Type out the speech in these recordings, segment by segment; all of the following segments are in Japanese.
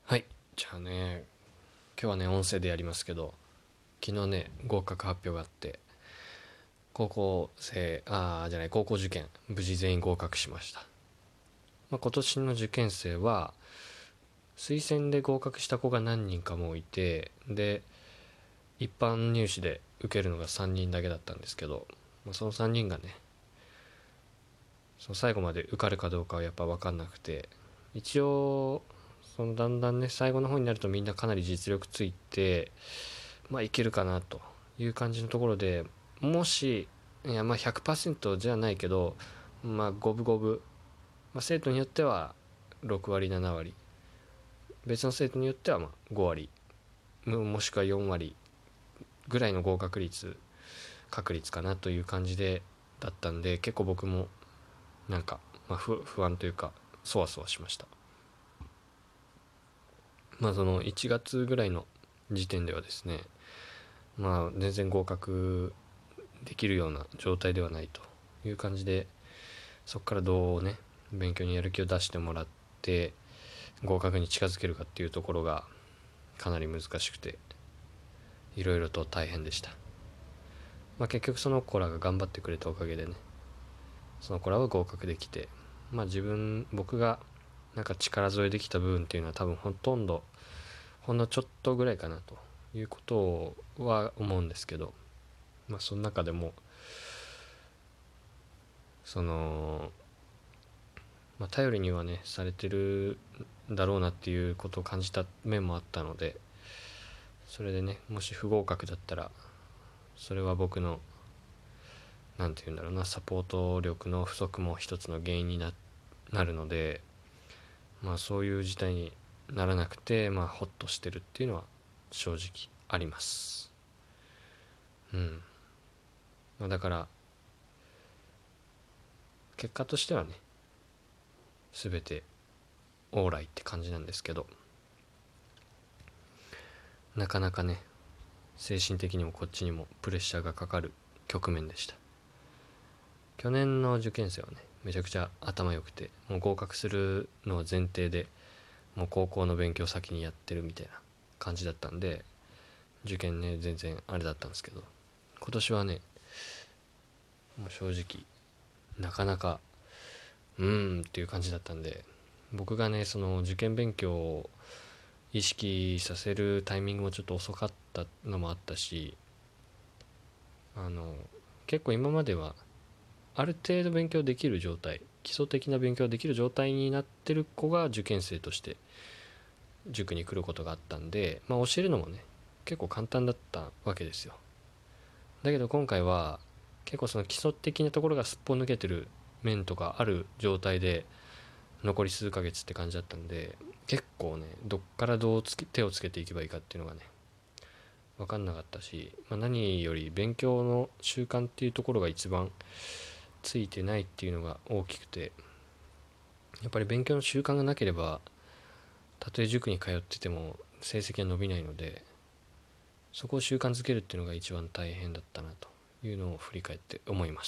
はい。じゃあね、今日はね、音声でやりますけど、昨日ね、合格発表があって、高校受験、無事全員合格しました。今年の受験生は、推薦で合格した子が何人かもいて、で、一般入試で受けるのが3人だけだったんですけど、その3人がね、その最後まで受かるかどうかはやっぱ分かんなくて、一応、そのだんだんね、最後の方になるとみんなかなり実力ついて、いけるかなという感じのところで、もし、100%じゃないけど、五分五分、生徒によっては6割7割、別の生徒によっては5割、もしくは4割ぐらいの合格率確率かなという感じでだったんで、結構僕もなんか、不安というかそわそわしました。その1月ぐらいの時点ではですね、全然合格できるような状態ではないという感じで、そこからどうね、勉強にやる気を出してもらって合格に近づけるかっていうところがかなり難しくて、いろいろと大変でした。結局その子らが頑張ってくれたおかげでね、その子らは合格できて、僕がなんか力添えできた部分っていうのは多分ほとんどほんのちょっとぐらいかなということは思うんですけど、その中でもその、頼りにはねされてるだろうなっていうことを感じた面もあったので、それでね、もし不合格だったらそれは僕のなんて言うんだろうな、サポート力の不足も一つの原因になるので、そういう事態にならなくてホッとしてるっていうのは正直あります。うん。だから結果としてはね、全てオーライって感じなんですけど、なかなかね、精神的にもこっちにもプレッシャーがかかる局面でした。去年の受験生はね、めちゃくちゃ頭良くて、もう合格するのを前提でもう高校の勉強先にやってるみたいな感じだったんで、受験ね全然あれだったんですけど、今年はね、もう正直なかなかっていう感じだったんで、僕がねその受験勉強を意識させるタイミングもちょっと遅かったのもあったし、あの結構今まではある程度勉強できる状態、基礎的な勉強ができる状態になってる子が受験生として塾に来ることがあったんで、教えるのもね結構簡単だったわけですよ。だけど今回は結構その基礎的なところがすっぽ抜けてる面とかある状態で残り数ヶ月って感じだったんで、結構ねどっからどう手をつけていけばいいかっていうのがね分かんなかったし、何より勉強の習慣っていうところが一番ついてないっていうのが大きくて、やっぱり勉強の習慣がなければたとえ塾に通ってても成績は伸びないので、そこを習慣づけるっていうのが一番大変だったなというのを振り返って思います。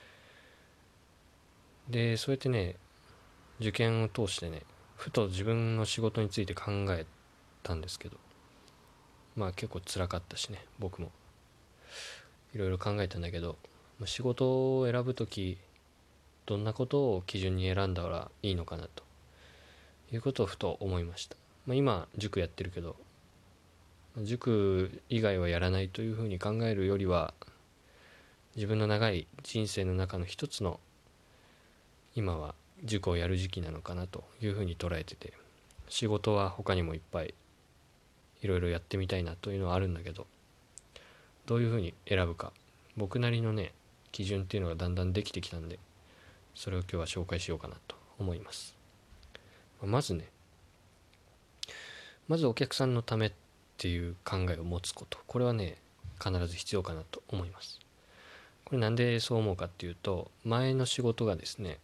でそうやってね、受験を通してね、ふと自分の仕事について考えたんですけど、結構辛かったしね、僕もいろいろ考えたんだけど、仕事を選ぶときどんなことを基準に選んだらいいのかなということをふと思いました。今塾やってるけど、塾以外はやらないというふうに考えるよりは、自分の長い人生の中の一つの今は塾をやる時期なのかなというふうに捉えてて、仕事は他にもいっぱいいろいろやってみたいなというのはあるんだけど、どういうふうに選ぶか、僕なりのね基準っていうのがだんだんできてきたんで、それを今日は紹介しようかなと思います。まずね、まずお客さんのためっていう考えを持つこと、これはね必ず必要かなと思います。これなんでそう思うかっていうと、前の仕事がですね、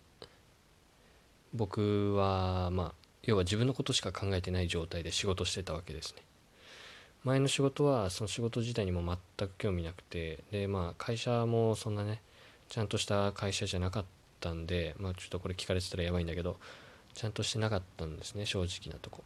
僕は要は自分のことしか考えてない状態で仕事してたわけですね。前の仕事はその仕事自体にも全く興味なくて、で会社もそんなねちゃんとした会社じゃなかったんで、ちょっとこれ聞かれてたらやばいんだけど、ちゃんとしてなかったんですね、正直なとこ。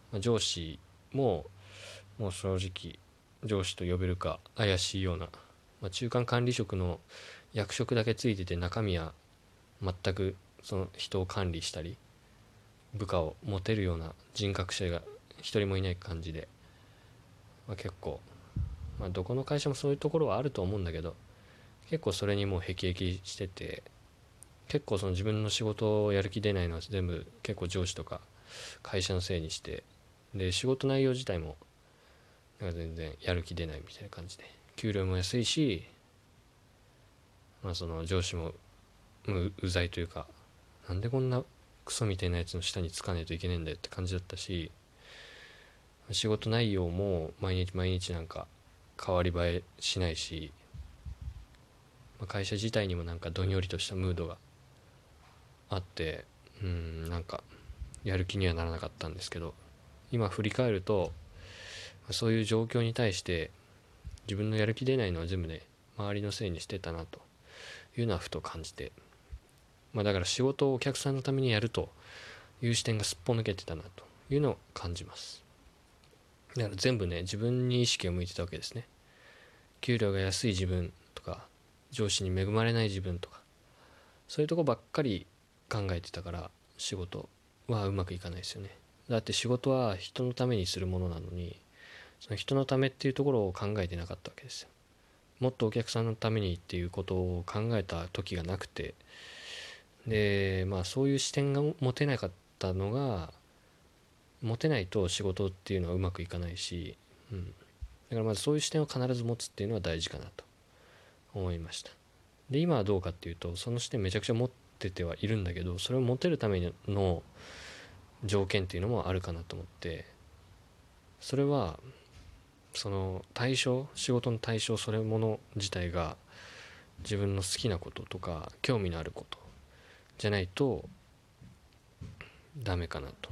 上司ももう正直上司と呼べるか怪しいような、中間管理職の役職だけついてて中身は全くその人を管理したり部下を持てるような人格者が一人もいない感じで、結構、どこの会社もそういうところはあると思うんだけど、結構それにもう辟易してて、結構その自分の仕事をやる気出ないのは全部結構上司とか会社のせいにして、で仕事内容自体もなんか全然やる気出ないみたいな感じで、給料も安いし、その上司もうざいというか、なんでこんなクソみたいなやつの下につかないといけないんだよって感じだったし、仕事内容も毎日毎日なんか変わり映えしないし、会社自体にもなんかどんよりとしたムードがあって、なんかやる気にはならなかったんですけど、今振り返るとそういう状況に対して自分のやる気出ないのは全部ね周りのせいにしてたなというのはふと感じて、だから仕事をお客さんのためにやるという視点がすっぽ抜けてたなというのを感じます。だから全部ね自分に意識を向いてたわけですね。給料が安い自分とか上司に恵まれない自分とか、そういうとこばっかり考えてたから仕事はうまくいかないですよね。だって仕事は人のためにするものなのに、その人のためっていうところを考えてなかったわけですよ。もっとお客さんのためにっていうことを考えた時がなくて、でそういう視点が持てなかったのが、持てないと仕事っていうのはうまくいかないし、だからまずそういう視点を必ず持つっていうのは大事かなと思いました。で今はどうかっていうと、その視点めちゃくちゃ持っててはいるんだけど、それを持てるための条件っていうのもあるかなと思って、それはその対象、仕事の対象それもの自体が自分の好きなこととか興味のあることじゃないとダメかなと。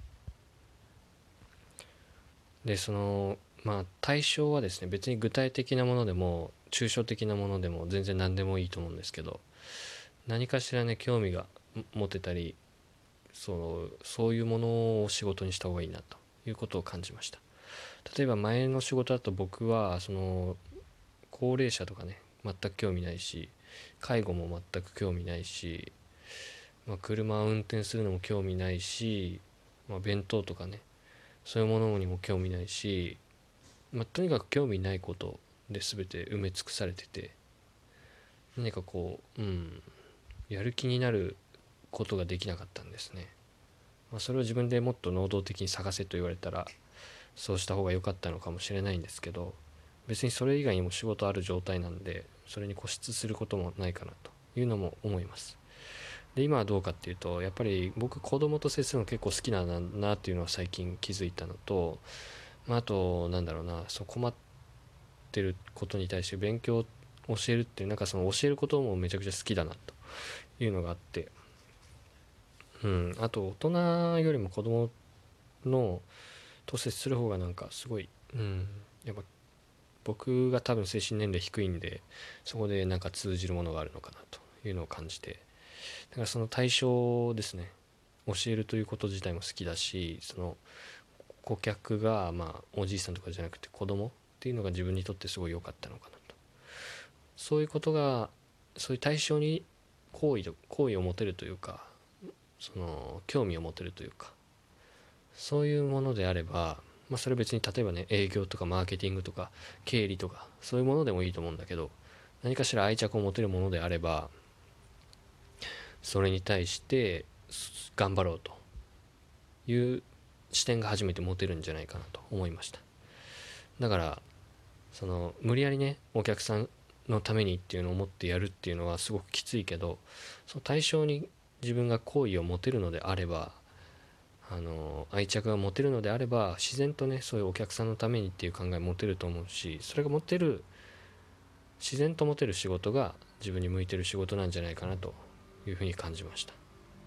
でその対象はですね、別に具体的なものでも抽象的なものでも全然何でもいいと思うんですけど、何かしらね興味が持てたり、そういうものを仕事にした方がいいなということを感じました。例えば前の仕事だと僕はその高齢者とかね全く興味ないし、介護も全く興味ないし、車を運転するのも興味ないし、弁当とかねそういうものにも興味ないし、とにかく興味ないことで全て埋め尽くされてて、何かやる気になることができなかったんですね。それを自分でもっと能動的に探せと言われたらそうした方が良かったのかもしれないんですけど、別にそれ以外にも仕事ある状態なんで、それに固執することもないかなというのも思います。で今はどうかっていうと、やっぱり僕子供と接するの結構好きなんだなっていうのは最近気づいたのと、あとそう困ってることに対して勉強を教えるっていう、その教えることもめちゃくちゃ好きだなというのがあって、あと大人よりも子供のと接する方がすごい、やっぱ僕が多分精神年齢低いんで、そこで通じるものがあるのかなというのを感じて、だからその対象ですね、教えるということ自体も好きだし、その顧客がおじいさんとかじゃなくて子供っていうのが自分にとってすごい良かったのかなと。そういうことが、そういう対象に好意を持てるというか、その興味を持てるというか、そういうものであれば、それ別に例えばね営業とかマーケティングとか経理とかそういうものでもいいと思うんだけど、何かしら愛着を持てるものであれば、それに対して頑張ろうという視点が初めて持てるんじゃないかなと思いました。だからその無理やりねお客さんのためにっていうのを思ってやるっていうのはすごくきついけど、その対象に自分が好意を持てるのであれば、愛着が持てるのであれば、自然とねそういうお客さんのためにっていう考え持てると思うし、それが自然と持てる仕事が自分に向いてる仕事なんじゃないかなというふうに感じました。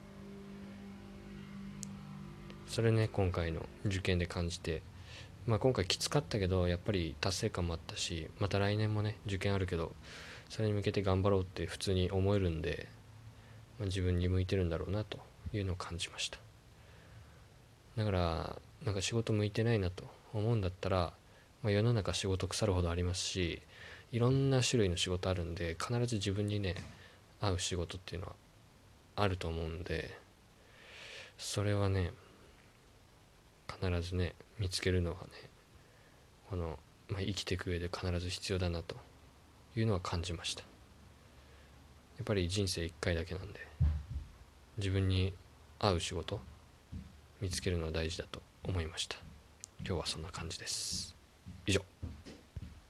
それね今回の受験で感じて、今回きつかったけどやっぱり達成感もあったし、また来年もね受験あるけどそれに向けて頑張ろうって普通に思えるんで、自分に向いてるんだろうなというのを感じました。だからなんか仕事向いてないなと思うんだったら、世の中仕事腐るほどありますし、いろんな種類の仕事あるんで、必ず自分にね合う仕事っていうのはあると思うんで、それはね必ずね見つけるのがねこの、生きていく上で必ず必要だなというのは感じました。やっぱり人生一回だけなんで、自分に合う仕事見つけるのは大事だと思いました。今日はそんな感じです。以上。